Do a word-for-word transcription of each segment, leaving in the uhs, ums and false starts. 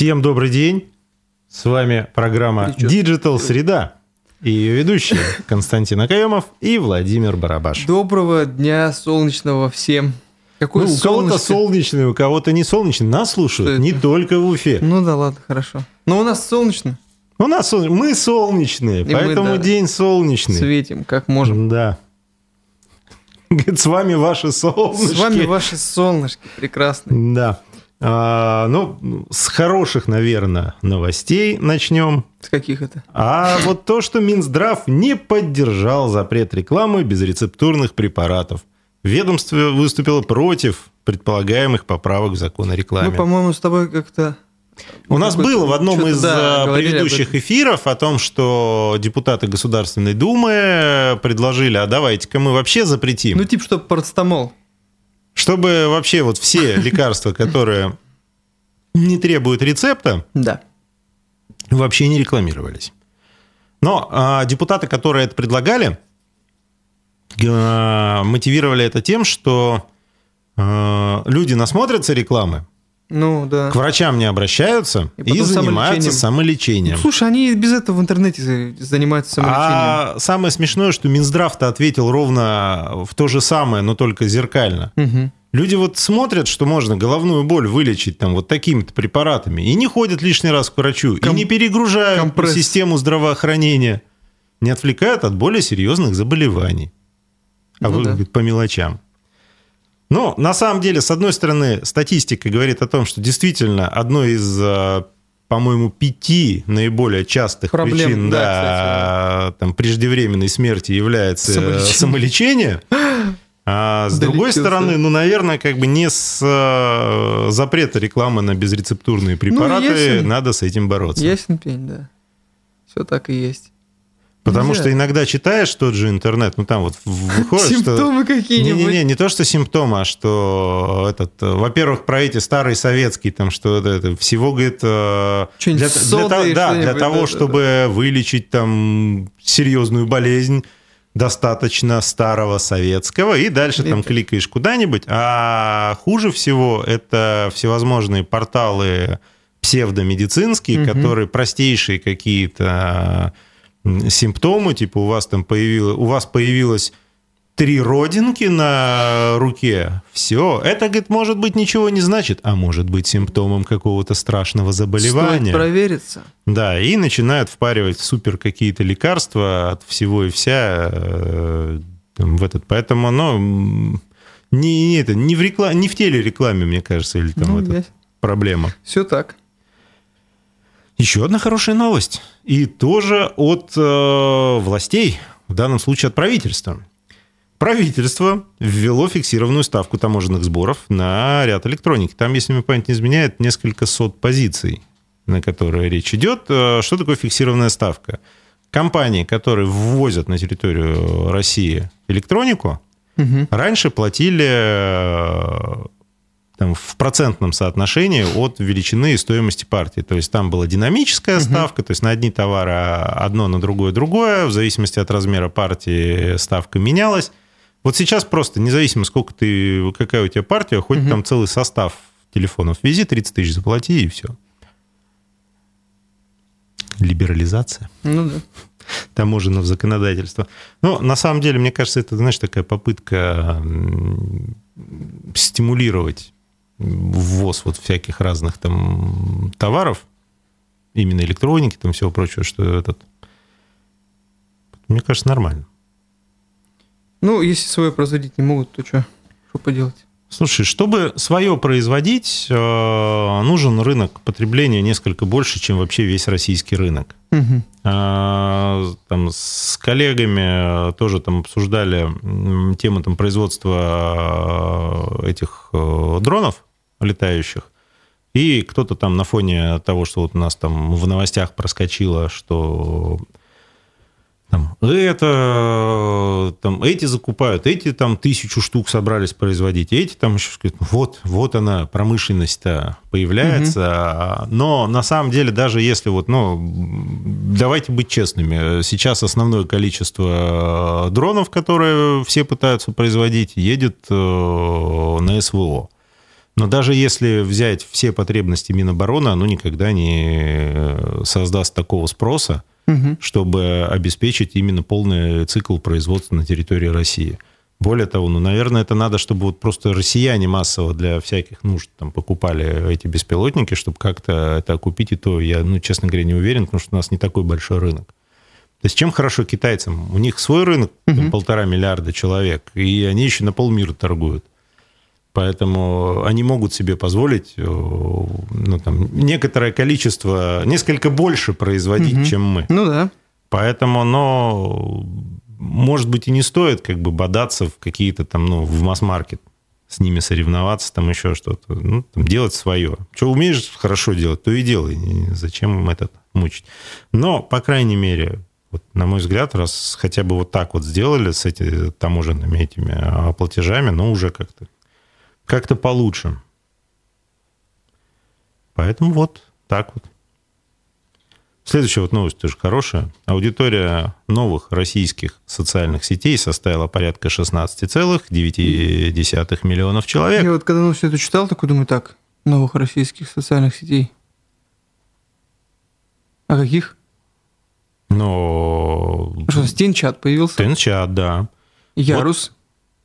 Всем добрый день. С вами программа Digital Среда и ее ведущие Константин Акаемов и Владимир Барабаш. Доброго дня солнечного всем. Какой ну, у кого-то солнечный, у кого-то не солнечный. Нас слушают не только в Уфе. Ну да ладно, хорошо. Но у нас солнечно. У нас солнечно. Мы солнечные, и поэтому мы, да, день солнечный. Светим, как можем. Да. С вами ваши солнышки. С вами ваши солнышки прекрасные. Да. А, ну, с хороших, наверное, новостей начнем. С каких это? А вот то, что Минздрав не поддержал запрет рекламы безрецептурных препаратов. Ведомство выступило против предполагаемых поправок в закон о рекламе. Мы, по-моему, с тобой как-то... У нас было в одном из да, предыдущих эфиров о том, что депутаты Государственной Думы предложили, а давайте-ка мы вообще запретим. Ну, типа, чтобы парацетамол. Чтобы вообще вот все лекарства, которые не требуют рецепта, да, вообще не рекламировались. Но а, депутаты, которые это предлагали, а, мотивировали это тем, что а, люди насмотрятся рекламы, ну, да, к врачам не обращаются и, и занимаются самолечением. Ну, слушай, они без этого в интернете занимаются самолечением. А самое смешное, что Минздрав-то ответил ровно в то же самое, но только зеркально. Угу. Люди вот смотрят, что можно головную боль вылечить там вот такими-то препаратами, и не ходят лишний раз к врачу, Ком... и не перегружают компресс. Систему здравоохранения, не отвлекают от более серьезных заболеваний. А ну, вы да. по мелочам. Но на самом деле, с одной стороны, статистика говорит о том, что действительно одной из, по-моему, пяти наиболее частых Проблем, причин да, да, там, преждевременной смерти является самолечение. самолечение. А с другой Долетелся. стороны, ну, наверное, как бы не с запрета рекламы на безрецептурные препараты ну, ясен, надо с этим бороться. Ясен пень, да. Все так и есть. Потому Нельзя. что иногда читаешь тот же интернет, ну там вот выходит, симптомы что... какие-нибудь. Не-не-не, не то, что симптомы, а что этот, во-первых, про эти старые советские, там, что это, это всего, говорит, для, для, для, да, для того, да, чтобы да. вылечить там серьезную болезнь, достаточно старого советского, и дальше там кликаешь куда-нибудь. А хуже всего это всевозможные порталы псевдомедицинские, угу. которые простейшие какие-то симптомы, типа у вас там появилось, у вас появилось три родинки на руке, все, это, говорит, может быть, ничего не значит, а может быть симптомом какого-то страшного заболевания. Стоит провериться. Да, и начинают впаривать супер какие-то лекарства от всего и вся э, в этот, поэтому, ну, не, не, это, не, в рекламе, не в телерекламе, мне кажется, или там ну, это проблема. Все так. Еще одна хорошая новость, и тоже от э, властей, в данном случае от правительства. Правительство ввело фиксированную ставку таможенных сборов на ряд электроники. Там, если мне память не изменяет, несколько сот позиций, на которые речь идет. Что такое фиксированная ставка? Компании, которые ввозят на территорию России электронику, угу. раньше платили... Там, в процентном соотношении от величины и стоимости партии. То есть там была динамическая uh-huh. ставка, то есть на одни товары одно, на другое другое. В зависимости от размера партии ставка менялась. Вот сейчас просто независимо, сколько ты, какая у тебя партия, хоть uh-huh. там целый состав телефонов вези, тридцать тысяч заплати, и все. Либерализация. Ну да. Таможенного законодательства. Но на самом деле, мне кажется, это, знаешь, такая попытка стимулировать ввоз вот всяких разных там товаров, именно электроники, там всего прочего, что этот... Мне кажется, нормально. Ну, если свое производить не могут, то что? Что поделать? Слушай, чтобы свое производить, нужен рынок потребления несколько больше, чем вообще весь российский рынок. Угу. Там с коллегами тоже там обсуждали тему там, производства этих дронов летающих. И кто-то там на фоне того, что вот у нас там в новостях проскочило, что там, это, там, эти закупают, эти там тысячу штук собрались производить, эти там еще сказать, вот, вот она, промышленность-то появляется. Угу. Но на самом деле, даже если вот, ну, давайте быть честными, сейчас основное количество дронов, которые все пытаются производить, едет на СВО. Но даже если взять все потребности Минобороны, оно никогда не создаст такого спроса, угу. чтобы обеспечить именно полный цикл производства на территории России. Более того, ну, наверное, это надо, чтобы вот просто россияне массово для всяких нужд там покупали эти беспилотники, чтобы как-то это окупить, и то я, ну, честно говоря, не уверен, потому что у нас не такой большой рынок. То есть чем хорошо китайцам? У них свой рынок, угу. там, полтора миллиарда человек, и они еще на полмира торгуют. Поэтому они могут себе позволить ну, там, некоторое количество, несколько больше производить, угу. чем мы. Ну да. Поэтому, но, может быть, и не стоит как бы бодаться в какие-то там, ну, в масс-маркет, с ними соревноваться, там еще что-то. Ну, там, делать свое. Что умеешь хорошо делать, то и делай. Зачем им это мучить? Но, по крайней мере, вот, на мой взгляд, раз хотя бы вот так вот сделали с этими таможенными этими платежами, ну, уже как-то как-то получше. Поэтому вот так вот. Следующая вот новость тоже хорошая. Аудитория новых российских социальных сетей составила порядка шестнадцать целых девять десятых миллионов человек. Я вот когда ну, все это читал, такой думаю, так, новых российских социальных сетей. А каких? Ну... Что, Стенчат появился? Стенчат, да. Ярус.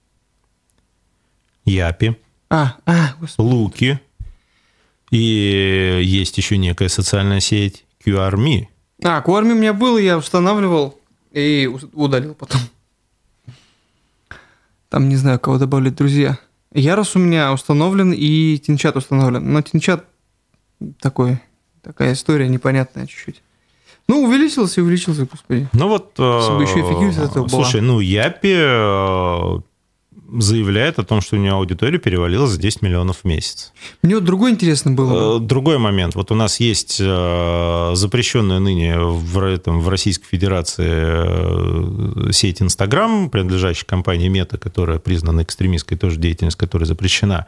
Вот. Япи. А, а, господи. Луки. И есть еще некая социальная сеть кью ар эм и. А, кью ар эм и у меня был, я устанавливал и удалил потом. Там, не знаю, кого добавлять друзья. Ярус у меня установлен и Тинчат установлен. Но Тинчат такой, такая история непонятная чуть-чуть. Ну, увеличился и увеличился, господи. Ну вот... Чтобы еще эффективность от этого была. Слушай, ну, Япи заявляет о том, что у нее аудитория перевалила за десять миллионов в месяц. Мне вот другое интересно было. Другой момент. Вот у нас есть запрещенная ныне в, этом, в Российской Федерации сеть Инстаграм, принадлежащая компании Мета, которая признана экстремистской, тоже деятельность, которая запрещена,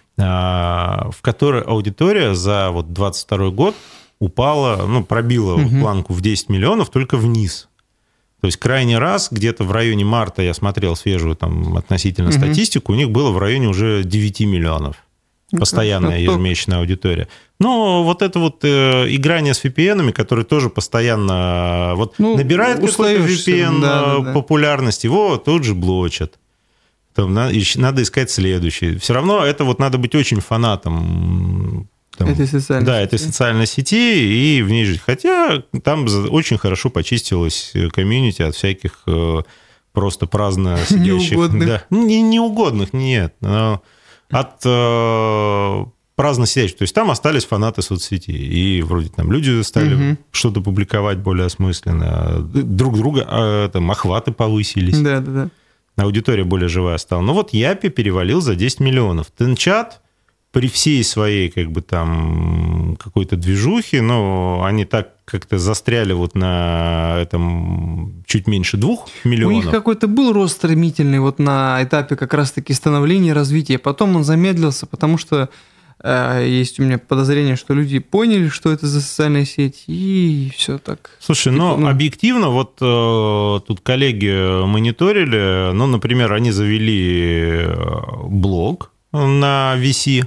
в которой аудитория за вот двадцать второй год упала, ну, пробила угу. планку в десять миллионов только вниз. То есть крайний раз, где-то в районе марта, я смотрел свежую там относительно угу. статистику, у них было в районе уже девять миллионов. Постоянная ну, ежемесячная аудитория. Но вот это вот э, играние с ви пи эн-ами, которые тоже постоянно вот, ну, набирает какой-то ви пи эн да, да, популярность, да. его тут же блочат. Там, надо, надо искать следующий. Все равно это вот надо быть очень фанатом там, этой социальной да, сети. этой социальной сети и в ней жить. Хотя там очень хорошо почистилась комьюнити от всяких э, просто праздно сидящих. Неугодных. Да, не, неугодных, нет. Но от э, праздно сидящих. То есть там остались фанаты соцсети. И вроде там люди стали угу. что-то публиковать более осмысленно. Друг друга э, там охваты повысились. Да, да, да. Аудитория более живая стала. Ну вот Япи перевалил за десять миллионов. Тенчат при всей своей как бы там какой-то движухе, но они так как-то застряли вот на этом чуть меньше двух миллионов. У них какой-то был рост стремительный вот на этапе как раз-таки становления, развития. Потом он замедлился, потому что э, есть у меня подозрение, что люди поняли, что это за социальная сеть, и все так. Слушай, типа, но ну... объективно вот э, тут коллеги мониторили, ну, например, они завели блог на ви си.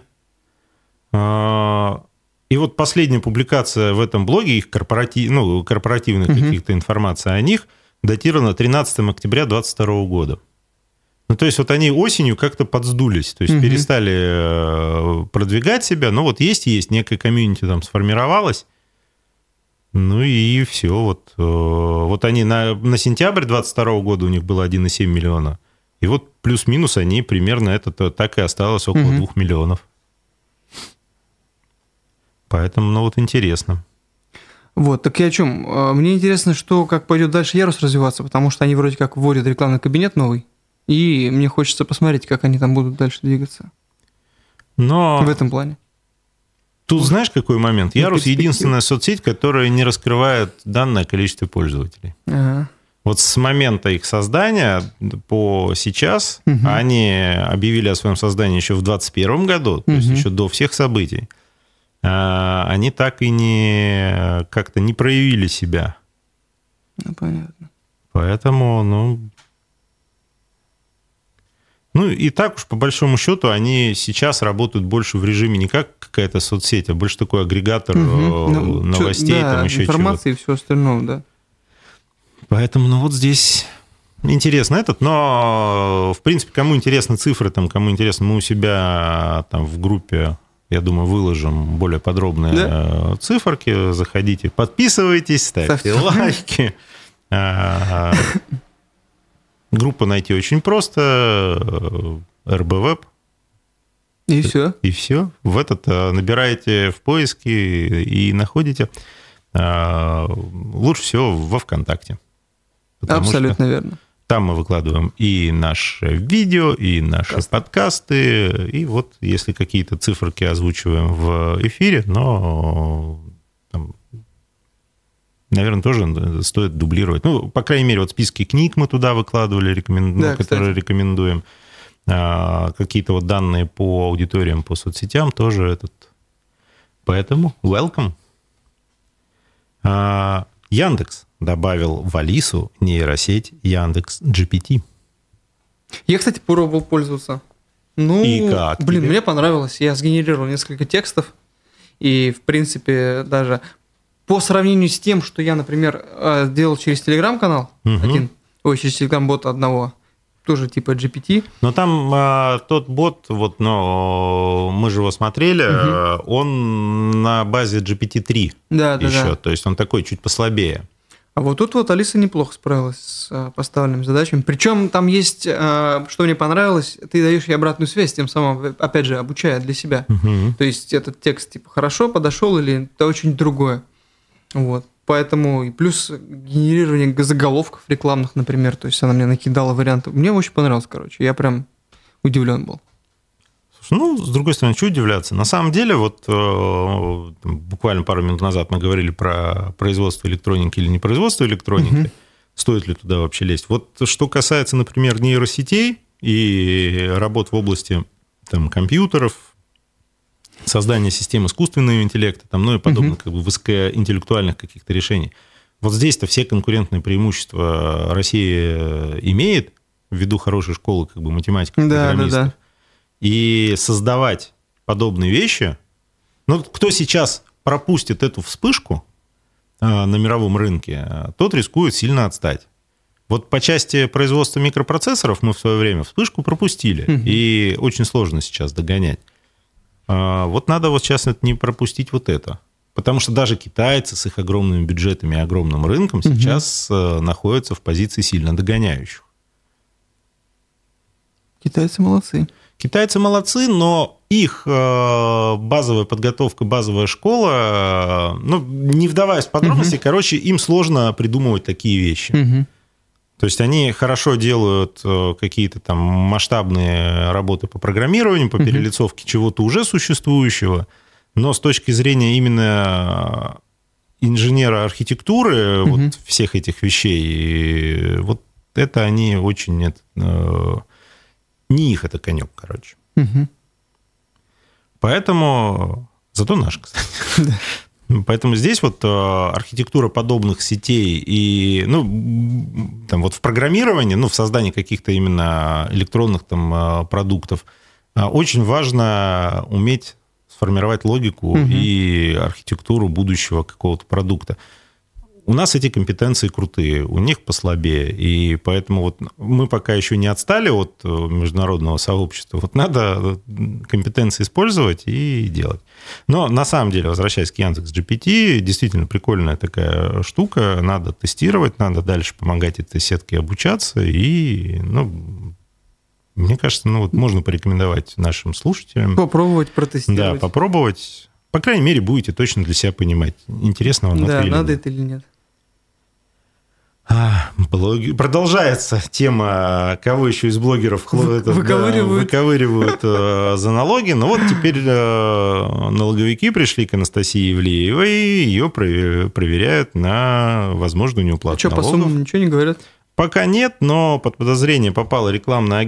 И вот последняя публикация в этом блоге, их корпоратив, ну, корпоративных uh-huh. каких-то информаций о них, датирована тринадцатого октября двадцать второго года. Ну, то есть вот они осенью как-то подсдулись, то есть uh-huh. перестали продвигать себя, но вот есть-есть, некая комьюнити там сформировалась, ну и все. Вот, вот они на, на сентябрь двадцать второго года у них было один целых семь десятых миллиона, и вот плюс-минус они примерно это так и осталось около uh-huh. двух миллионов. Поэтому, ну вот интересно. Вот, так я о чем? Мне интересно, что как пойдет дальше Ярус развиваться, потому что они вроде как вводят рекламный кабинет новый, и мне хочется посмотреть, как они там будут дальше двигаться. Но в этом плане. Тут знаешь, какой момент? Ярус — единственная соцсеть, которая не раскрывает данное количество пользователей. Ага. Вот с момента их создания по сейчас, угу. они объявили о своем создании еще в двадцать первом году, то угу. есть еще до всех событий. Они так и не как-то не проявили себя. Ну, понятно. Поэтому, ну... Ну, и так уж, по большому счету, они сейчас работают больше в режиме не как какая-то соцсеть, а больше такой агрегатор угу. ну, новостей, чё, да, там еще информации чего-то. И все остальное, да. Поэтому, ну, вот здесь интересно этот, но, в принципе, кому интересны цифры, там, кому интересно, мы у себя там в группе, я думаю, выложим более подробные да? циферки, заходите, подписывайтесь, ставьте лайки. Группу найти очень просто. эр бэ веб. И все. И все. В этот набираете в поиске и находите. Лучше всего во ВКонтакте. Абсолютно верно. Там мы выкладываем и наши видео, и наши Подкаст. подкасты. И вот если какие-то циферки озвучиваем в эфире, но... Там, наверное, тоже стоит дублировать. Ну, по крайней мере, вот списки книг мы туда выкладывали, рекомен... да, ну, которые рекомендуем. А, какие-то вот данные по аудиториям, по соцсетям тоже этот. Поэтому welcome. А, Яндекс добавил в Алису нейросеть Яндекс джи пи ти. Я, кстати, пробовал пользоваться. Ну, и как блин, тебе? Мне понравилось. Я сгенерировал несколько текстов. И, в принципе, даже... По сравнению с тем, что я, например, делал через Телеграм-канал угу. один, ой, через Телеграм-бота одного, тоже типа джи пи ти. Но там а, тот бот, вот, но мы же его смотрели, угу. он на базе джи пи ти три да, еще, да, да. То есть он такой чуть послабее. А вот тут вот Алиса неплохо справилась с поставленными задачами. Причем там есть, что мне понравилось, ты даешь ей обратную связь, тем самым, опять же, обучая для себя. Угу. То есть этот текст типа хорошо подошел или это очень другое. Вот. Поэтому и плюс генерирование заголовков рекламных, например, то есть она мне накидала варианты. Мне очень понравилось, короче, я прям удивлен был. Слушай, ну, с другой стороны, чего удивляться? На самом деле, вот э, буквально пару минут назад мы говорили про производство электроники или не производство электроники, угу. стоит ли туда вообще лезть. Вот что касается, например, нейросетей и работ в области там, компьютеров, создание систем искусственного интеллекта, там, ну и подобных uh-huh. как бы, высокоинтеллектуальных каких-то решений. Вот здесь-то все конкурентные преимущества Россия имеет, ввиду хорошей школы как бы, математиков, да, программистов. Да, да. И создавать подобные вещи... Ну, кто сейчас пропустит эту вспышку на мировом рынке, тот рискует сильно отстать. Вот по части производства микропроцессоров мы в свое время вспышку пропустили, uh-huh. и очень сложно сейчас догонять. Вот надо вот сейчас не пропустить вот это. Потому что даже китайцы с их огромными бюджетами и огромным рынком угу. сейчас находятся в позиции сильно догоняющих. Китайцы молодцы. Китайцы молодцы, но их базовая подготовка, базовая школа, ну, не вдаваясь в подробности, угу. короче, им сложно придумывать такие вещи. Угу. То есть они хорошо делают какие-то там масштабные работы по программированию, по перелицовке uh-huh. чего-то уже существующего, но с точки зрения именно инженера архитектуры uh-huh. вот всех этих вещей, вот это они очень... Это, не их это конек, короче. Uh-huh. Поэтому... Зато наш, кстати. Поэтому здесь вот архитектура подобных сетей и, ну, там вот в программировании, ну, в создании каких-то именно электронных там продуктов очень важно уметь сформировать логику угу. и архитектуру будущего какого-то продукта. У нас эти компетенции крутые, у них послабее, и поэтому вот мы пока еще не отстали от международного сообщества. Вот надо компетенции использовать и делать. Но на самом деле, возвращаясь к Яндекс джи пи ти, действительно прикольная такая штука. Надо тестировать, надо дальше помогать этой сетке обучаться. И, ну, мне кажется, ну, вот можно порекомендовать нашим слушателям. Попробовать протестировать. Да, попробовать. По крайней мере, будете точно для себя понимать, интересно вам да, это или надо нет. это или нет. А, блоги... Продолжается тема, кого еще из блогеров Вы, это, выковыривают, да, выковыривают э, за налоги. Но вот теперь э, налоговики пришли к Анастасии Ивлеевой, и ее проверяют на возможную неуплату а что, налогов. по суммам ничего не говорят? Пока нет, но под подозрение попало рекламное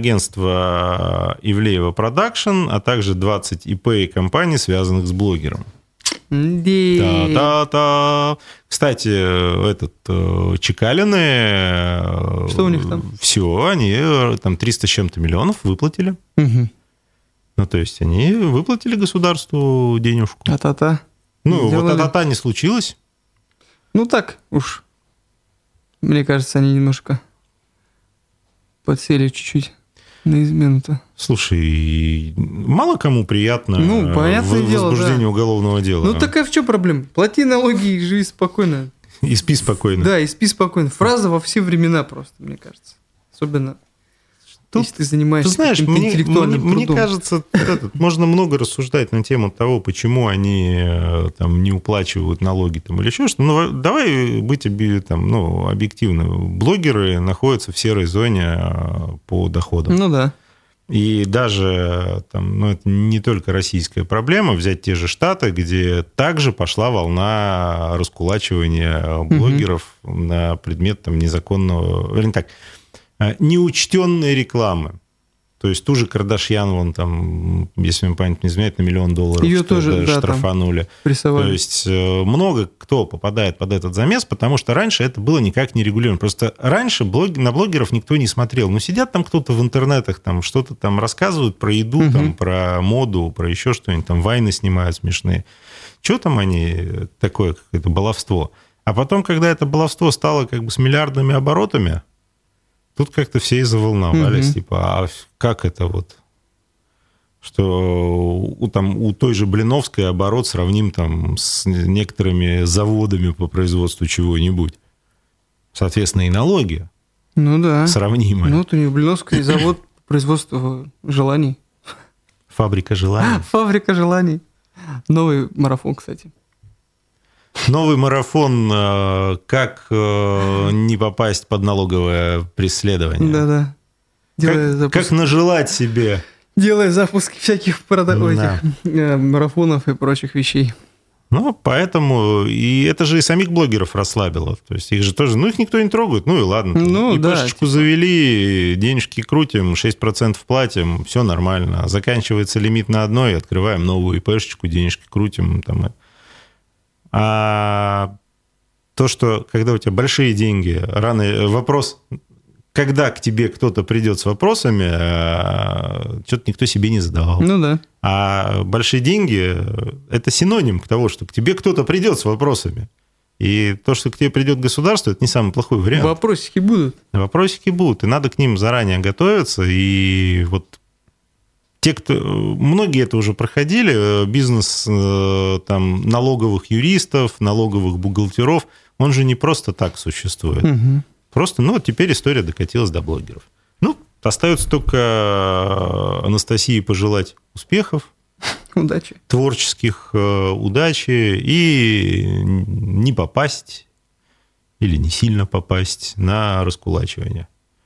агентство Ивлеева Продакшн, а также двадцать ИП и компаний, связанных с блогером. Та-та-та. Кстати, этот Чекалины... Что у них там? Все, они там триста с чем-то миллионов выплатили. Угу. Ну, то есть они выплатили государству денежку. А-та-та. Ну, Сделали. вот а-та-та не случилось. Ну, так уж. Мне кажется, они немножко подсели чуть-чуть на измену-то. Слушай, мало кому приятно ну, понятное дело, возбуждение да. уголовного дела. Ну, так а в чем проблема? Плати налоги и живи спокойно. И спи спокойно. Да, и спи спокойно. Фраза во все времена просто, мне кажется. Особенно, Тут, если ты занимаешься ты знаешь, каким-то мне, интеллектуальным мне, мне трудом. кажется, этот, можно много рассуждать на тему того, почему они там, не уплачивают налоги там, или еще что-то. Ну, давай быть там, ну, объективно. Блогеры находятся в серой зоне по доходам. Ну да. И даже там, ну, это не только российская проблема, взять те же Штаты, где также пошла волна раскулачивания блогеров угу. на предмет там, незаконного, вернее так, неучтенной рекламы. То есть ту же Кардашьян, вон там, если мне память не изменяет, на миллион долларов Ее что тоже, да, штрафанули. Прессовали. То есть много кто попадает под этот замес, потому что раньше это было никак не регулировано. Просто раньше блог... на блогеров никто не смотрел. Ну, сидят там кто-то в интернетах, там что-то там рассказывают про еду, угу. там, про моду, про еще что-нибудь, там вайны снимают смешные. Что там они, такое какое-то баловство. А потом, когда это баловство стало как бы с миллиардными оборотами, тут как-то все и заволновались, угу. типа, а как это вот, что у, там, у той же Блиновской оборот сравним там с некоторыми заводами по производству чего-нибудь. Соответственно, и налоги ну, да. сравнимые. Ну, вот у них Блиновский завод по производству желаний. Фабрика желаний. Фабрика желаний. Новый марафон, кстати. Новый марафон «Как не попасть под налоговое преследование». Да-да. Как, как нажелать себе. Делая запуски всяких прода... да. этих, марафонов и прочих вещей. Ну, поэтому... И это же и самих блогеров расслабило. То есть их же тоже... Ну, их никто не трогает. Ну, и ладно. Ну, ИПшечку да, типа... завели, денежки крутим, шесть процентов платим, все нормально. Заканчивается лимит на одной, открываем новую ИПшечку, денежки крутим, там... А то, что когда у тебя большие деньги, рано вопрос, когда к тебе кто-то придет с вопросами, что-то никто себе не задавал. Ну да. А большие деньги – это синоним к тому, что к тебе кто-то придет с вопросами. И то, что к тебе придет государство, это не самый плохой вариант. Вопросики будут. Вопросики будут, и надо к ним заранее готовиться. И вот те, кто... Многие это уже проходили, бизнес там, налоговых юристов, налоговых бухгалтеров, он же не просто так существует. Угу. Просто, ну, вот теперь история докатилась до блогеров. Ну, остается только Анастасии пожелать успехов, удачи, творческих удачи и не попасть или не сильно попасть на раскулачивание.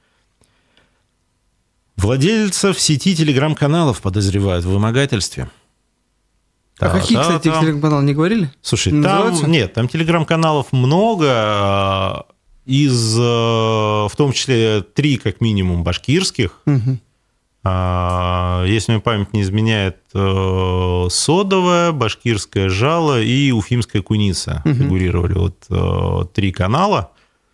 Владельцев сети телеграм-каналов подозревают в вымогательстве. А да, какие, да, кстати, там... телеграм-каналы не говорили? Слушай, не там называются? Нет, там телеграм-каналов много, из, в том числе три, как минимум, башкирских. Угу. Если мне память не изменяет, Содовая, Башкирское жало и Уфимская куница угу. фигурировали. Вот три канала,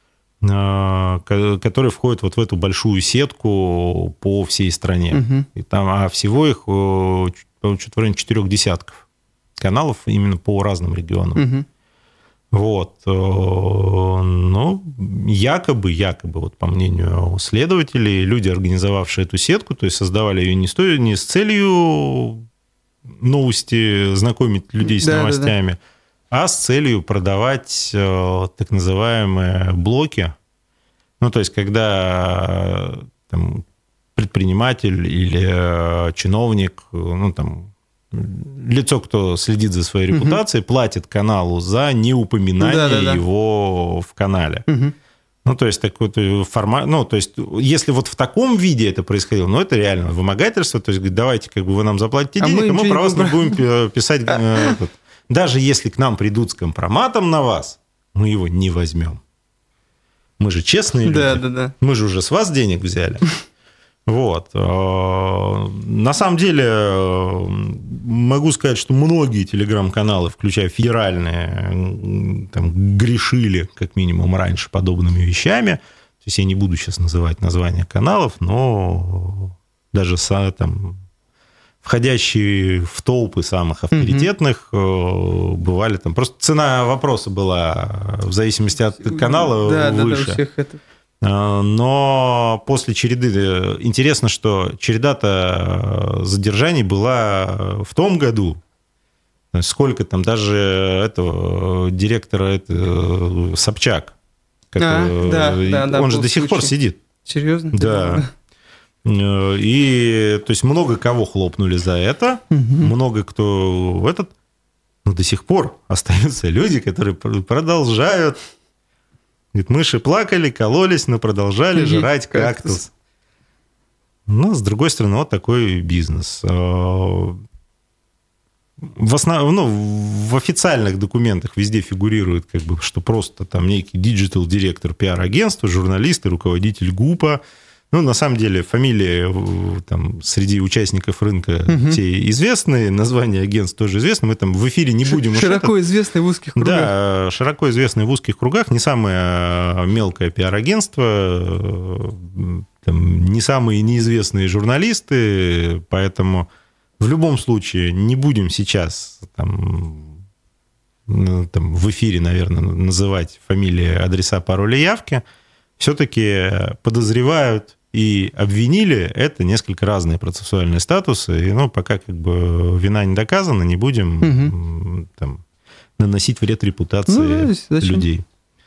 которые входят вот в эту большую сетку по всей стране. Угу. И там, а всего их чуть в районе четырех десятков каналов именно по разным регионам. Угу. Вот. Ну, якобы, якобы, вот по мнению следователей, люди, организовавшие эту сетку, то есть создавали ее не с, той, не с целью новости, знакомить людей с да, новостями, да, да. а с целью продавать так называемые блоки. Ну, то есть, когда там, предприниматель или чиновник, ну, там, лицо, кто следит за своей репутацией, угу. платит каналу за неупоминание да, да, да. его в канале. Угу. Ну, то есть, такой формат, ну, то есть, если вот в таком виде это происходило, ну, это реально вымогательство, то есть, давайте, как бы, вы нам заплатите а денег, мы, а мы про вас не будем писать. Этот. Даже если к нам придут с компроматом на вас, мы его не возьмем. Мы же честные люди. Да, да, да. Мы же уже с вас денег взяли. Вот. На самом деле, могу сказать, что многие телеграм-каналы, включая федеральные, там, грешили, как минимум, раньше подобными вещами. То есть я не буду сейчас называть названия каналов, но даже там, входящие в толпы самых авторитетных mm-hmm. бывали там... Просто цена вопроса была в зависимости от канала да, выше. Да, да, у всех это... Но после череды... Интересно, что череда-то задержаний была в том году. Сколько там даже этого директора это, Собчак. Как, а, да, да, да, он же до сих случай. пор сидит. Серьезно? Да. И то есть много кого хлопнули за это, угу. много кто в этот... Но до сих пор остаются люди, которые продолжают... Говорит, мыши плакали, кололись, но продолжали Есть жрать кактус. кактус. Ну, с другой стороны, вот такой бизнес. В, основ... ну, в официальных документах везде фигурирует, как бы, что просто там некий диджитал-директор пиар-агентства, журналист и руководитель ГУПа. Ну, на самом деле, фамилии там, среди участников рынка угу. все известные, название агентств тоже известно. Мы там в эфире не будем... Широко это... известные в узких кругах. Да, широко известные в узких кругах. Не самое мелкое пиар-агентство, там, не самые неизвестные журналисты. Поэтому в любом случае не будем сейчас там, там, в эфире, наверное, называть фамилии, адреса, пароли, явки. Все-таки подозревают и обвинили, это несколько разные процессуальные статусы, и ну, пока как бы вина не доказана, не будем угу. там, наносить вред репутации ну, людей.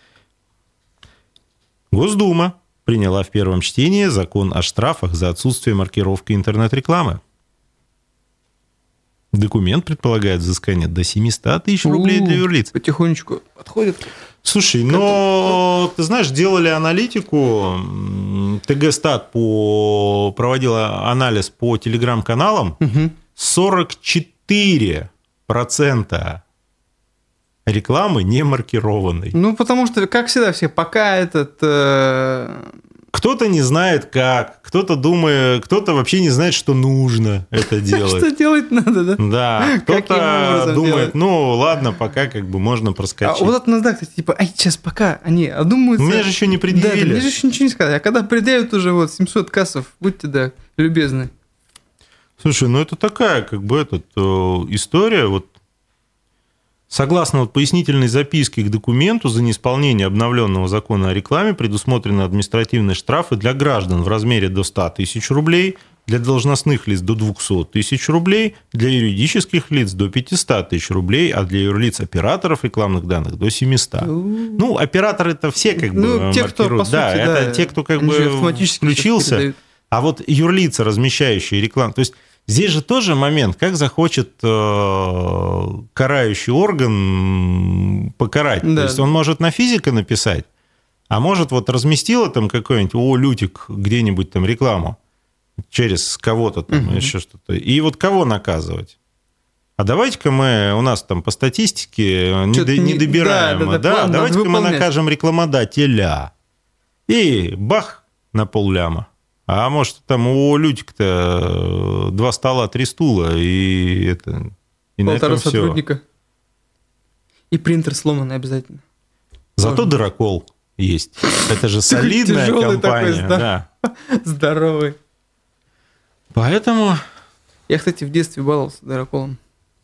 Госдума приняла в первом чтении закон о штрафах за отсутствие маркировки интернет-рекламы. Документ предполагает взыскание до семьсот тысяч рублей для юрлиц. Потихонечку подходит. Слушай, но, ты знаешь, делали аналитику, ТГ-стат по... проводила анализ по телеграм-каналам, угу. сорок четыре процента рекламы не маркированной. Ну, потому что, как всегда, все пока этот... Э... Кто-то не знает как, кто-то думает, кто-то вообще не знает, что нужно это делать. Что делать надо, да? Да, кто-то думает, ну ладно, пока как бы можно проскочить. А вот это надо, кстати, типа, ай, сейчас пока они одумаются. Мне же еще не предъявили. Да, мне же еще ничего не сказали. А когда предъявят уже вот семьсот кассов, будьте, да, любезны. Слушай, ну это такая как бы этот, история, вот согласно вот пояснительной записке к документу, за неисполнение обновленного закона о рекламе предусмотрены административные штрафы для граждан в размере до ста тысяч рублей, для должностных лиц до двухсот тысяч рублей, для юридических лиц до пятисот тысяч рублей, а для юрлиц операторов рекламных данных до семисот. Ну, операторы-то все как бы ну, те, кто, по да, сути, это да, те, кто как бы включился. А вот юрлица, размещающие рекламу, то есть здесь же тоже момент, как захочет э, карающий орган покарать. Да. То есть он может на физика написать, а может вот разместила там какой-нибудь, о, Лютик, где-нибудь там рекламу через кого-то там, угу. еще что-то. И вот кого наказывать? А давайте-ка мы, у нас там по статистике не, до, не добираем. Да, да, да, да, давайте-ка мы накажем рекламодателя. И бах, на полляма. А может, там у Лютик-то два стола, три стула, и это... И полтора сотрудника. И принтер сломанный обязательно. Зато Можно. Дырокол есть. Это же солидная компания. Да. Здоровый. Поэтому... Я, кстати, в детстве баловался дыроколом.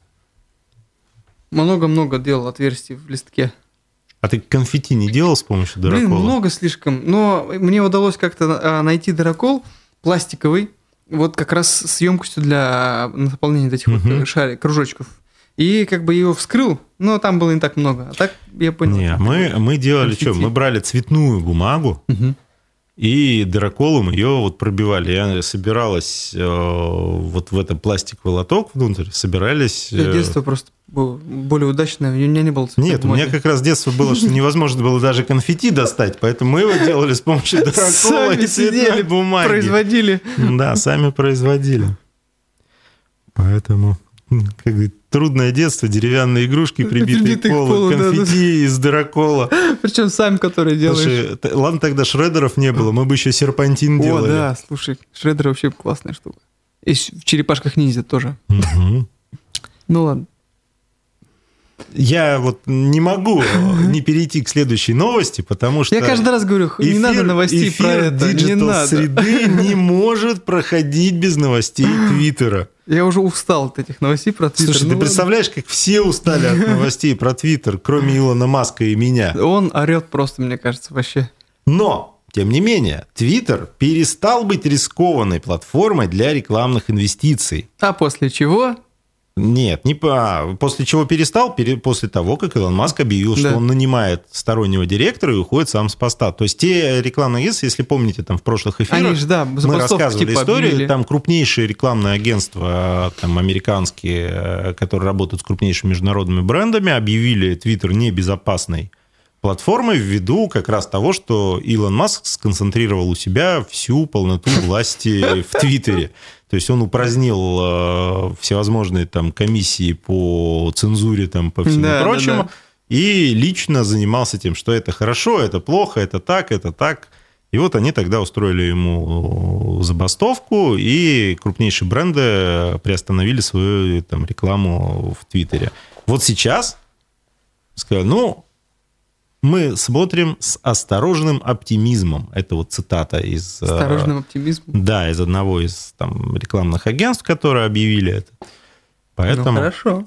Много-много делал отверстий в листке. А ты конфетти не делал с помощью дырокола? Блин, много слишком. Но мне удалось как-то найти дырокол пластиковый, вот как раз с емкостью для наполнения этих uh-huh. вот шарик, кружочков. И как бы его вскрыл, но там было не так много. А так я понял. Не, мы, мы делали конфетти. Что? Мы брали цветную бумагу, uh-huh. и дыроколом ее вот пробивали. Я собиралась э, вот в этот пластиковый лоток внутрь, собирались... Э... Детство просто было более удачное, у меня не было цветной Нет, бумаги. У меня как раз детство было, что невозможно было даже конфетти достать, поэтому мы его делали с помощью дырокола и цветной бумаги. Производили. Да, сами производили. Поэтому... Как говорит, трудное детство, деревянные игрушки, прибитые к полу, конфетти да, да. из дырокола. Причем сам, который делаешь. Слушай, ладно, тогда шредеров не было, мы бы еще серпантин О, делали. О, да, слушай, шредеры вообще классная штука. И в черепашках ниндзя тоже. Угу. Ну ладно. Я вот не могу не перейти к следующей новости, потому что... Я каждый раз говорю, не эфир, надо новостей про это, не надо. Среды не может проходить без новостей Твиттера. Я уже устал от этих новостей про Твиттер. Слушай, ну, ты ладно. представляешь, как все устали от новостей про Твиттер, кроме Илона Маска и меня. Он орет просто, мне кажется, вообще. Но, тем не менее, Твиттер перестал быть рискованной платформой для рекламных инвестиций. А после чего... Нет, не по... после чего перестал, пере... после того, как Илон Маск объявил, что да. он нанимает стороннего директора и уходит сам с поста. То есть те рекламные агентства, если помните, там в прошлых эфирах Они ж, да, мы рассказывали типа историю, объявили. Там крупнейшие рекламные агентства, там американские, которые работают с крупнейшими международными брендами, объявили Twitter небезопасной платформой ввиду как раз того, что Илон Маск сконцентрировал у себя всю полноту власти в Твиттере. То есть он упразднил э, всевозможные там комиссии по цензуре, там, по всему да, прочему, да, да. и лично занимался тем, что это хорошо, это плохо, это так, это так. И вот они тогда устроили ему забастовку, и крупнейшие бренды приостановили свою там, рекламу в Твиттере. Вот сейчас, сказали, ну, мы смотрим с осторожным оптимизмом. Это вот цитата из... Осторожным оптимизмом? Да, из одного из там, рекламных агентств, которые объявили это. Поэтому... Ну, хорошо.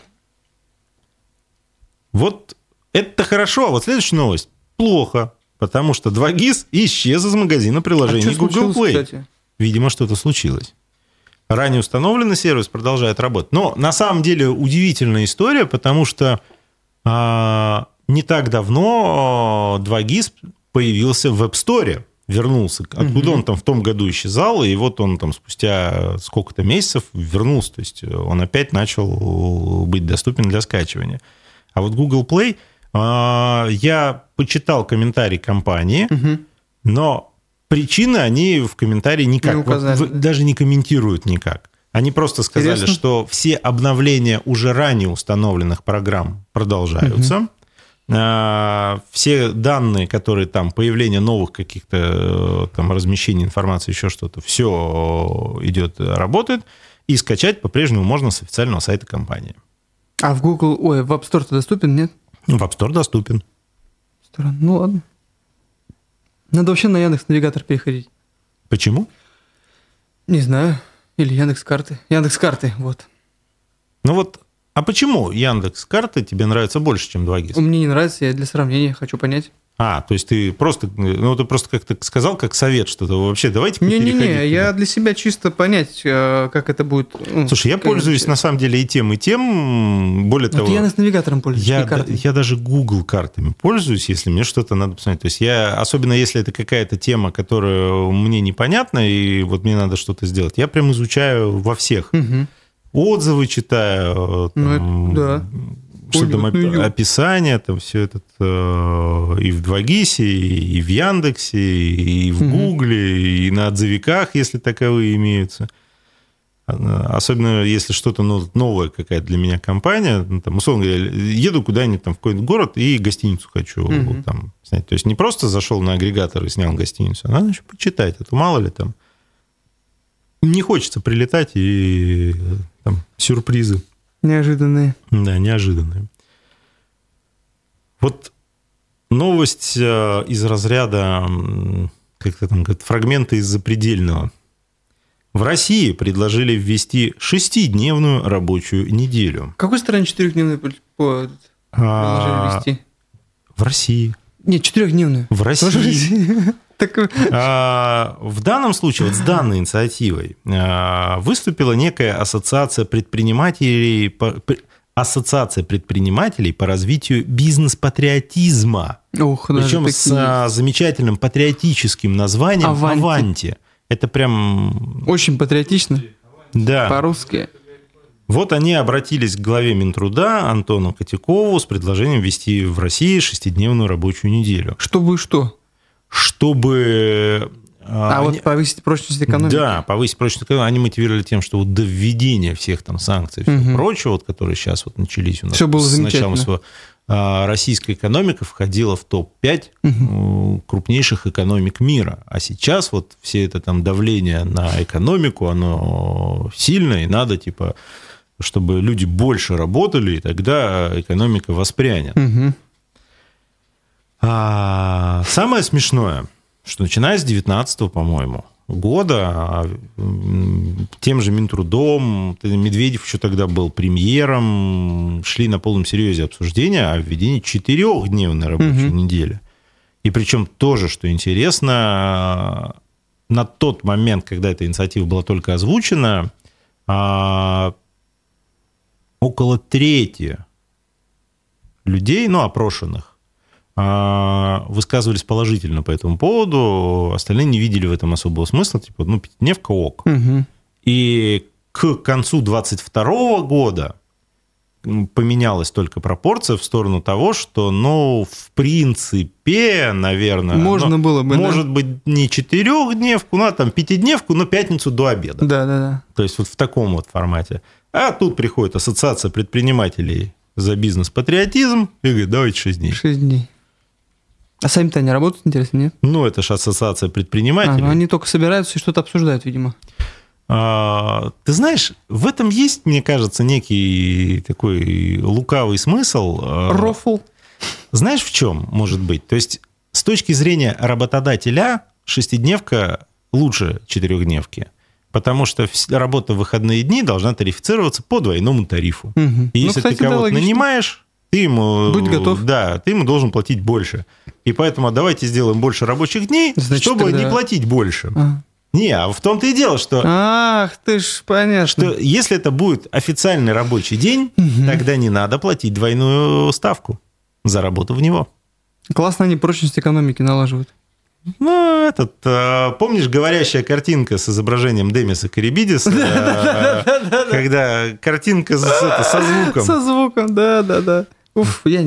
Вот это хорошо, а вот следующая новость плохо, потому что два джи ай эс исчез из магазина приложений а Google Play. Кстати? Видимо, что-то случилось. Ранее установленный сервис продолжает работать. Но на самом деле удивительная история, потому что... А... Не так давно два джи ай эс появился в App Store, вернулся. Откуда угу. он там в том году исчезал, и вот он там спустя сколько-то месяцев вернулся. То есть он опять начал быть доступен для скачивания. А вот Google Play, я почитал комментарий компании, угу. но причины они в комментарии никак, не указали, вот, да? даже не комментируют никак. Они просто сказали, Интересно. что все обновления уже ранее установленных программ продолжаются. Угу. Все данные, которые там, появление новых каких-то там размещений информации, еще что-то, все идет, работает, и скачать по-прежнему можно с официального сайта компании. А в Google, ой, в App Store доступен, нет? В App Store доступен. Странно, ну ладно. Надо вообще на Яндекс.Навигатор переходить. Почему? Не знаю. Или Яндекс.Карты. Яндекс.Карты, вот. Ну вот, а почему Яндекс.Карты тебе нравится больше, чем два джи ай эс? Мне не нравится, я для сравнения хочу понять. А, то есть ты просто, ну ты просто как-то сказал, как совет что-то. Вообще, давайте переходить. Не-не-не, я для себя чисто понять, как это будет. Слушай, я пользуюсь на самом деле и тем, и тем. Более ну, того, ты Яндекс.Навигатором пользуешься, я, и картами. Я даже Google картами пользуюсь, если мне что-то надо посмотреть. То есть я, особенно если это какая-то тема, которая мне непонятна, и вот мне надо что-то сделать, я прям изучаю во всех. Угу. Отзывы читаю, там, ну, это, да. что там описание, там все это и в два джи ай эс, и в Яндексе, и в Гугле, и на отзывиках, если таковые имеются. Особенно если что-то новое, какая-то для меня компания, ну, там, условно говоря, еду куда-нибудь там, в какой-нибудь город и гостиницу хочу uh-huh. там снять. То есть не просто зашел на агрегатор и снял гостиницу, а надо еще почитать. Это мало ли там. Не хочется прилетать и там сюрпризы. Неожиданные. Да, неожиданные. Вот новость из разряда, как-то там говорят, фрагменты из запредельного. В России предложили ввести шестидневную рабочую неделю. В какой стране четырехдневную предложили ввести? В России. Нет, четырехдневную. В России. В данном случае, вот с данной инициативой, выступила некая ассоциация предпринимателей, ассоциация предпринимателей по развитию бизнес-патриотизма. Ух, причем с есть. замечательным патриотическим названием «Аванти». «Аванти». Это прям... Очень патриотично. Да. По-русски. Вот они обратились к главе Минтруда Антону Котякову с предложением ввести в России шестидневную рабочую неделю. Чтобы что? Чтобы А они, вот повысить прочность экономики? Да, повысить прочность экономики. Они мотивировали тем, что вот до введения всех там санкций и всего угу. прочего, вот, которые сейчас вот начались у нас. Все было с замечательно. Начала своего, российская экономика входила в топ пять угу. крупнейших экономик мира. А сейчас вот все это там давление на экономику, оно сильное, и надо типа, чтобы люди больше работали, и тогда экономика воспрянет. Угу. А самое смешное, что начиная с девятнадцатого, по-моему, года тем же Минтрудом, Медведев еще тогда был премьером, шли на полном серьезе обсуждения о введении четырехдневной рабочей угу. недели. И причем тоже, что интересно, на тот момент, когда эта инициатива была только озвучена, около трети людей, ну, опрошенных, высказывались положительно по этому поводу, остальные не видели в этом особого смысла, типа, ну, пятидневка ок. Угу. И к концу двадцать второго года поменялась только пропорция в сторону того, что, ну, в принципе, наверное... Можно было бы, Может да? быть, не четырехдневку, ну, а там пятидневку, но пятницу до обеда. Да-да-да. То есть вот в таком вот формате. А тут приходит Ассоциация предпринимателей за бизнес-патриотизм и говорит, давайте шесть дней. шесть дней. А сами-то они работают, интересно, нет? Ну, это же ассоциация предпринимателей. А, ну они только собираются и что-то обсуждают, видимо. А, ты знаешь, в этом есть, мне кажется, некий такой лукавый смысл. Рофл. Знаешь, в чем может быть? То есть, с точки зрения работодателя, шестидневка лучше четырехдневки. Потому что работа в выходные дни должна тарифицироваться по двойному тарифу. Угу. И если ну, кстати, ты кого-то да, нанимаешь... Ты ему, Будь готов. Да, ты ему должен платить больше. И поэтому давайте сделаем больше рабочих дней, значит, чтобы тогда... не платить больше. А. Не, а в том-то и дело, что... Ах, ты ж, понятно. Что если это будет официальный рабочий день, угу. тогда не надо платить двойную ставку за работу в него. Классно они прочность экономики налаживают. Ну, этот, помнишь, говорящая картинка с изображением Демиса Карибидиса, когда картинка со звуком. Со звуком, да-да-да. Уф, я...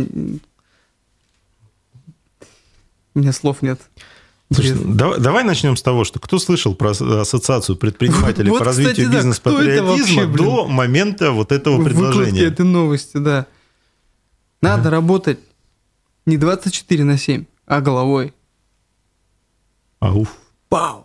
У меня слов нет. Слушай, давай, давай начнем с того, что кто слышал про ассоциацию предпринимателей вот, по развитию кстати, бизнес-патриотизма да, до момента вот этого предложения. Выкладки этой новости, да. Надо ага. работать не двадцать четыре на семь, а головой. Ауф. Пау.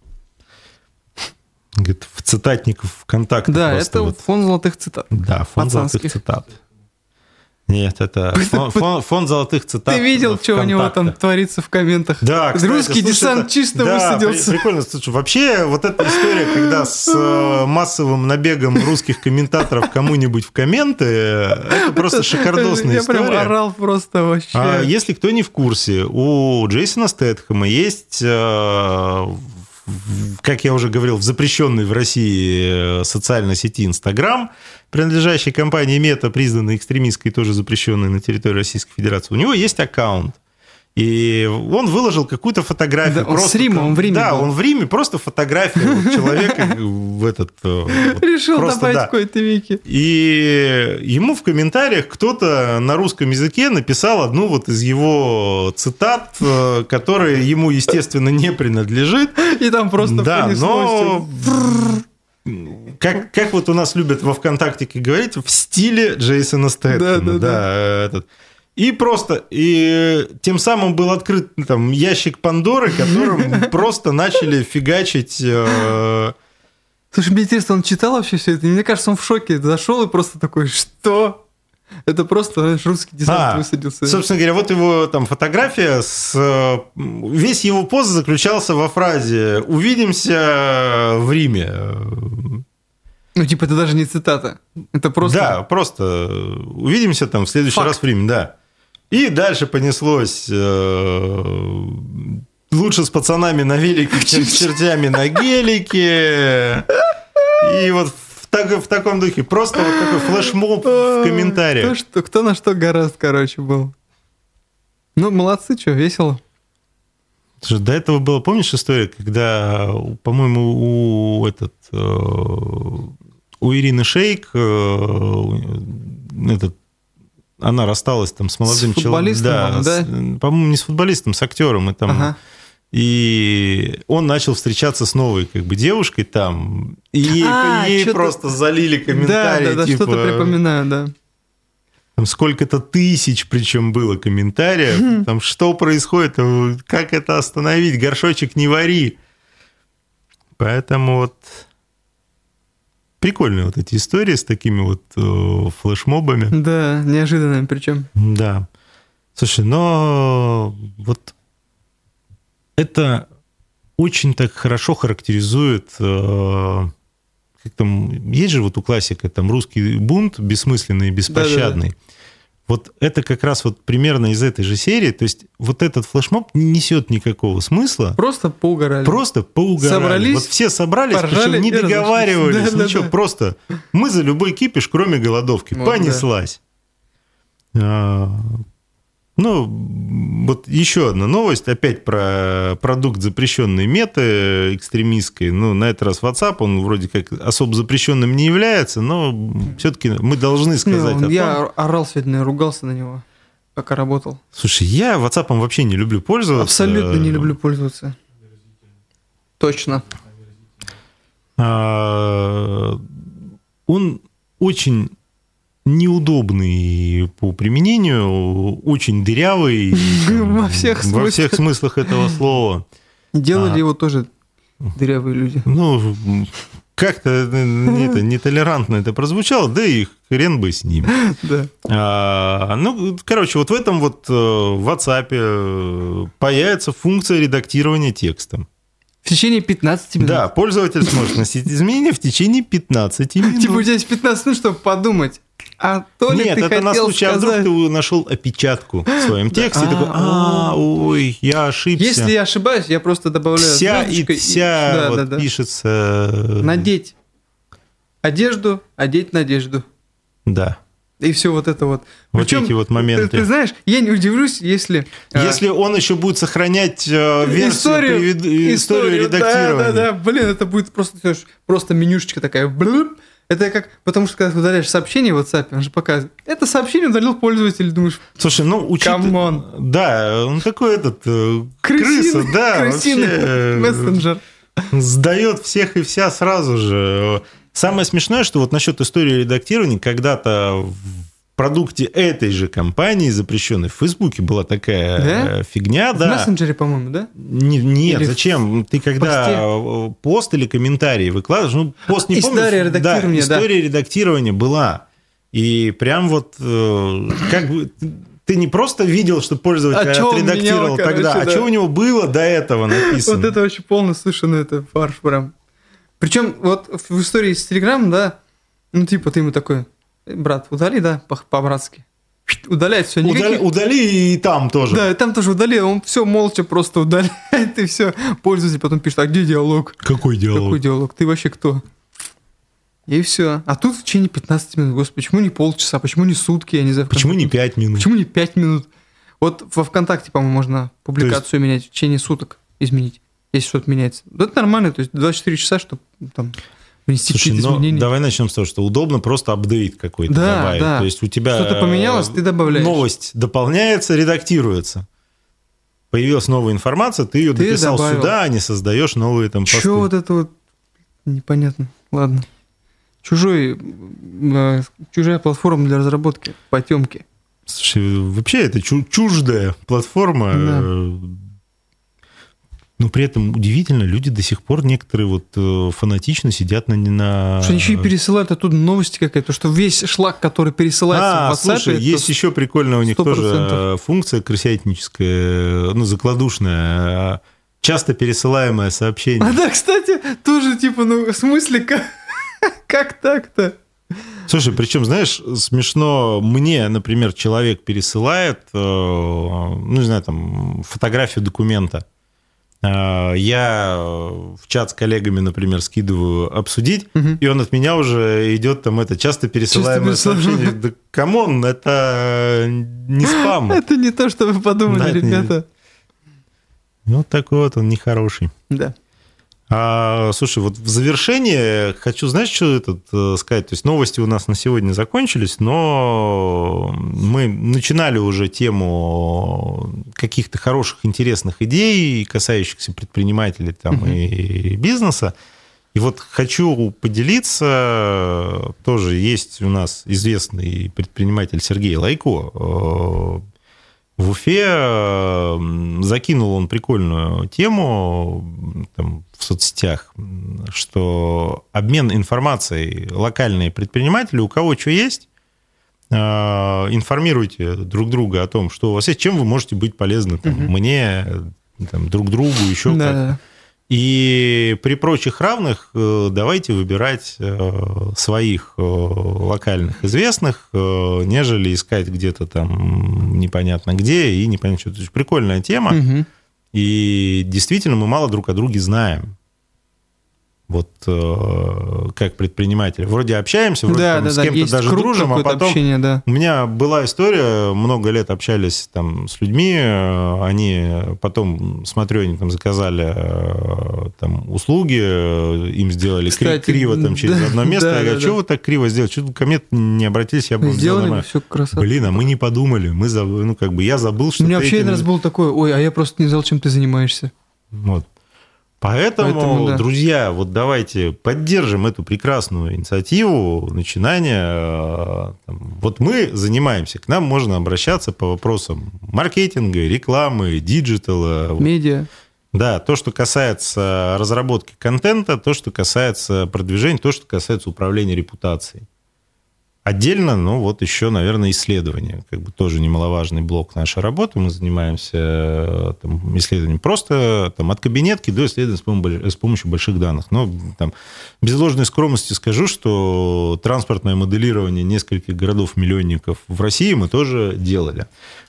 Говорит, в цитатников ВКонтакте. Да, это вот фонд золотых цитат. Да, фонд пацанских. Золотых цитат. Нет, это фон, фон, фонд золотых цитат. Ты видел, что у него там творится в комментах? Да, кстати, русский слушай, десант это, чисто да, высадился. При, прикольно. Слушай, вообще вот эта история, когда с массовым набегом русских комментаторов кому-нибудь в комменты, это просто шикардосная история. Я прям орал просто вообще. А если кто не в курсе, у Джейсона Стэтхэма есть... как я уже говорил, в запрещенной в России социальной сети Инстаграм, принадлежащей компании Мета, признанной экстремистской и тоже запрещенной на территории Российской Федерации, у него есть аккаунт. И он выложил какую-то фотографию. Да, он просто, с Рима, он в Риме Да, был. он в Риме, просто фотографию человека в этот... Решил добавить какой-то вики. И ему в комментариях кто-то на русском языке написал одну вот из его цитат, которая ему, естественно, не принадлежит. И там просто да, но... Как, как вот у нас любят во ВКонтактике говорить, в стиле Джейсона Стэтхэма. Да, да, да. Этот. И просто, и тем самым был открыт там ящик Пандоры, которым просто начали фигачить... Э... Слушай, мне интересно, он читал вообще все это? Мне кажется, он в шоке зашел и просто такой, что? Это просто, знаешь, русский десант а, высадился. Собственно говоря, вот его там фотография, с... весь его пост заключался во фразе «Увидимся в Риме». Ну, типа, это даже не цитата. Это просто... Да, просто «Увидимся там в следующий Факт. раз в Риме», да. И дальше понеслось «Лучше с пацанами на велике, чем с чертями на гелике». И вот в, так, в таком духе. Просто вот такой флешмоб в комментариях. Кто, что, кто на что гораздо, короче, был. Ну, молодцы, что, весело. Слушай, до этого было, помнишь история, когда, по-моему, у, этот, у Ирины Шейк этот, она рассталась там с молодым с человеком. Да, да? с, по-моему, не с футболистом, с актером. И там... Ага. И он начал встречаться с новой как бы девушкой там, и ей, А, ей что-то- просто залили Да, комментарии, да, да, типа, что-то припоминаю, да. там сколько-то тысяч причем было комментариев, там что происходит, как это остановить, горшочек не вари. Поэтому вот прикольные вот эти истории с такими вот э, флешмобами. Да, неожиданно причем. Да. Слушай, но вот это очень так хорошо характеризует, э, как там, есть же вот у классика там русский бунт бессмысленный и беспощадный. Да-да-да. Вот это как раз вот примерно из этой же серии, то есть вот этот флешмоб не несет никакого смысла. Просто поугорали. Просто поугарали. Собрались, вот все собрались, поржали причем не и разошлись. договаривались, Да, да, ничего, да. просто мы за любой кипиш, кроме голодовки. Вот, Понеслась. А, ну, вот еще одна новость, опять про продукт запрещенной меты экстремистской. Ну, на этот раз WhatsApp, он вроде как особо запрещенным не является, но все-таки мы должны сказать Не, о я том... орал сегодня, ругался на него, пока работал. Слушай, я WhatsApp вообще не люблю пользоваться. Абсолютно не люблю пользоваться. Точно. А, он очень неудобный по применению, очень дырявый. Во всех Во смыслах. всех смыслах этого слова. Делали А. его тоже дырявые люди. Ну, как-то это нетолерантно это прозвучало, да и хрен бы с ним. Да. А, ну, короче, вот в этом вот э, в WhatsApp появится функция редактирования текста. В течение пятнадцати минут. Да, пользователь сможет вносить изменения в течение пятнадцати минут. Типа у тебя есть пятнадцать минут, чтобы подумать. А то ли Нет, ты это на хотел случай, а вдруг сказать... ты нашел опечатку в своем тексте, и А, такой, а, ой, я ошибся. Если я ошибаюсь, я просто добавляю вся и звездочкой вся Да, вот да, да. пишется... Надеть одежду, одеть надежду. Да. И все вот это вот. Вот Причем, эти вот моменты. Ты, ты знаешь, я не удивлюсь, если... а, Если он еще будет сохранять э, версию, историю, привед- историю редактирования. Да, да, да, блин, это будет просто, ты знаешь, просто менюшечка такая. блюп. Это как, потому что когда ты удаляешь сообщение в WhatsApp, он же показывает. Это сообщение удалил пользователь, думаешь, Слушай, ну, учитывая... камон. Да, он такой этот... э, Крысиный, крыса, да, крысиный вообще, э, мессенджер. сдает всех и вся сразу же. Самое смешное, что вот насчет истории редактирования, когда-то в продукте этой же компании, запрещенной в Фейсбуке, была такая Да? э, фигня, В да. мессенджере, по-моему, да? Не- нет, Или зачем? Ты когда посте? пост или комментарий выкладываешь, ну, пост не помню. История редактирования, да. да. История редактирования была. И прям вот э, как бы... Ты не просто видел, что пользователь А чё он отредактировал менял, короче, тогда, а да. что у него было до этого написано? Вот это очень полно слышно, это фарш прям. Причем вот в истории с Телеграмом, да, ну типа ты ему такой, «Э, брат, удали, да, по- по-братски. Удаляет все, Удали, никаких... удали и там тоже. Да, и там тоже удали, он все молча просто удаляет, и все. Пользователь потом пишет, а где диалог? Какой диалог? Какой диалог? Ты вообще кто? И все. А тут в течение пятнадцати минут, господи, почему не полчаса, почему не сутки, я не знаю. в Почему не конце пять минут? Почему не пять минут? Вот во ВКонтакте, по-моему, можно публикацию менять в течение суток, изменить, если что-то меняется. Да это нормально, то есть двадцать четыре часа, чтобы там внести Слушай, какие-то ну, изменения. давай начнем с того, что удобно просто апдейт какой-то Да, добавить. да. То есть у тебя Что-то поменялось, ты добавляешь. новость дополняется, редактируется. Появилась новая информация, ты ее Ты дописал добавил. сюда, а не создаешь новые там посты. Че вот это вот непонятно. Ладно. Чужой, э, чужая платформа для разработки, потемки. Слушай, вообще это чу- чуждая платформа. Да. э, Но при этом удивительно, люди до сих пор некоторые вот э, фанатично сидят на... на... Что они еще и пересылают оттуда новости какая-то, что весь шлак, который пересылается А, в WhatsApp, слушай, это есть еще прикольная у них сто тоже процентов. э, функция крысятническая, ну, закладушная, э, часто пересылаемое сообщение. А да, кстати, тоже типа, ну, в смысле, как, как так-то? Слушай, причем, знаешь, смешно, мне, например, человек пересылает, э, ну, не знаю, там, фотографию документа. Э, Я в чат с коллегами, например, скидываю обсудить, Мгм. и он от меня уже идет там это часто пересылаемое Часто пересылаемое. сообщение. Да камон, это не спам. Это не то, что вы подумали, Да, это не- ребята. Вот такой вот он нехороший. Да. А, слушай, вот в завершение хочу, знаешь, что этот, сказать? То есть новости у нас на сегодня закончились, но мы начинали уже тему каких-то хороших, интересных идей, касающихся предпринимателей там, uh-huh. и бизнеса. И вот хочу поделиться, тоже есть у нас известный предприниматель Сергей Лайко. В Уфе закинул он прикольную тему там, в соцсетях, что обмен информацией локальные предприниматели, у кого что есть, информируйте друг друга о том, что у вас есть, чем вы можете быть полезны там, угу. мне, там, друг другу, еще да. как. И при прочих равных давайте выбирать своих локальных известных, нежели искать где-то там непонятно где и непонятно что. То есть прикольная тема. Угу. И действительно мы мало друг о друге знаем. Вот как предприниматели. Вроде общаемся, вроде да, там, да, с да, кем-то даже дружим, а потом общение, да. у меня была история, много лет общались там с людьми, они потом, смотрю, они там заказали там, услуги, им сделали Кстати, криво там, через да, одно место, да, я говорю, да, что да. вы так криво сделали, что вы ко мне не обратились, я бы сделали бы все красота. Блин, а мы не подумали, мы заб... ну как бы я забыл, что у меня ты вообще этим... один раз был такой, ой, а я просто не знал, чем ты занимаешься. Вот. Поэтому, Поэтому да. друзья, вот давайте поддержим эту прекрасную инициативу, начинания. Вот мы занимаемся, к нам можно обращаться по вопросам маркетинга, рекламы, диджитала. Медиа. Да, то, что касается разработки контента, то, что касается продвижения, то, что касается управления репутацией. Отдельно, ну вот еще, наверное, исследования. Как бы тоже немаловажный блок нашей работы. Мы занимаемся там, исследованием просто там, от кабинетки до исследований с помощью больших данных. Но там, без ложной скромности скажу, что транспортное моделирование нескольких городов-миллионников в России мы тоже делали.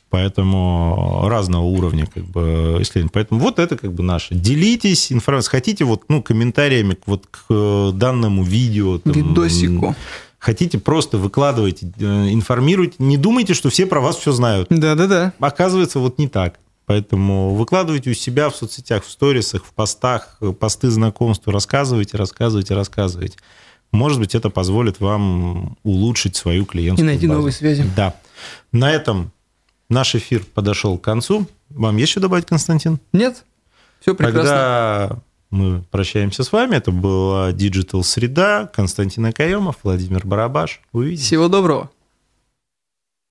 Поэтому разного уровня как бы, исследований. Поэтому вот это как бы наше. Делитесь информацией. Хотите вот, ну, комментариями вот, к данному видео. Там, видосику. Хотите, просто выкладывайте, информируйте. Не думайте, что все про вас все знают. Да-да-да. Оказывается, вот не так. Поэтому выкладывайте у себя в соцсетях, в сторисах, в постах, посты знакомства. Рассказывайте, рассказывайте, рассказывайте. Может быть, это позволит вам улучшить свою клиентскую базу. И найти новые связи. Да. На этом наш эфир подошел к концу. Вам есть что добавить, Константин? Нет. Все прекрасно. Тогда... мы прощаемся с вами. Это была Digital Среда. Константин Акаемов, Владимир Барабаш. Увидимся. Всего доброго.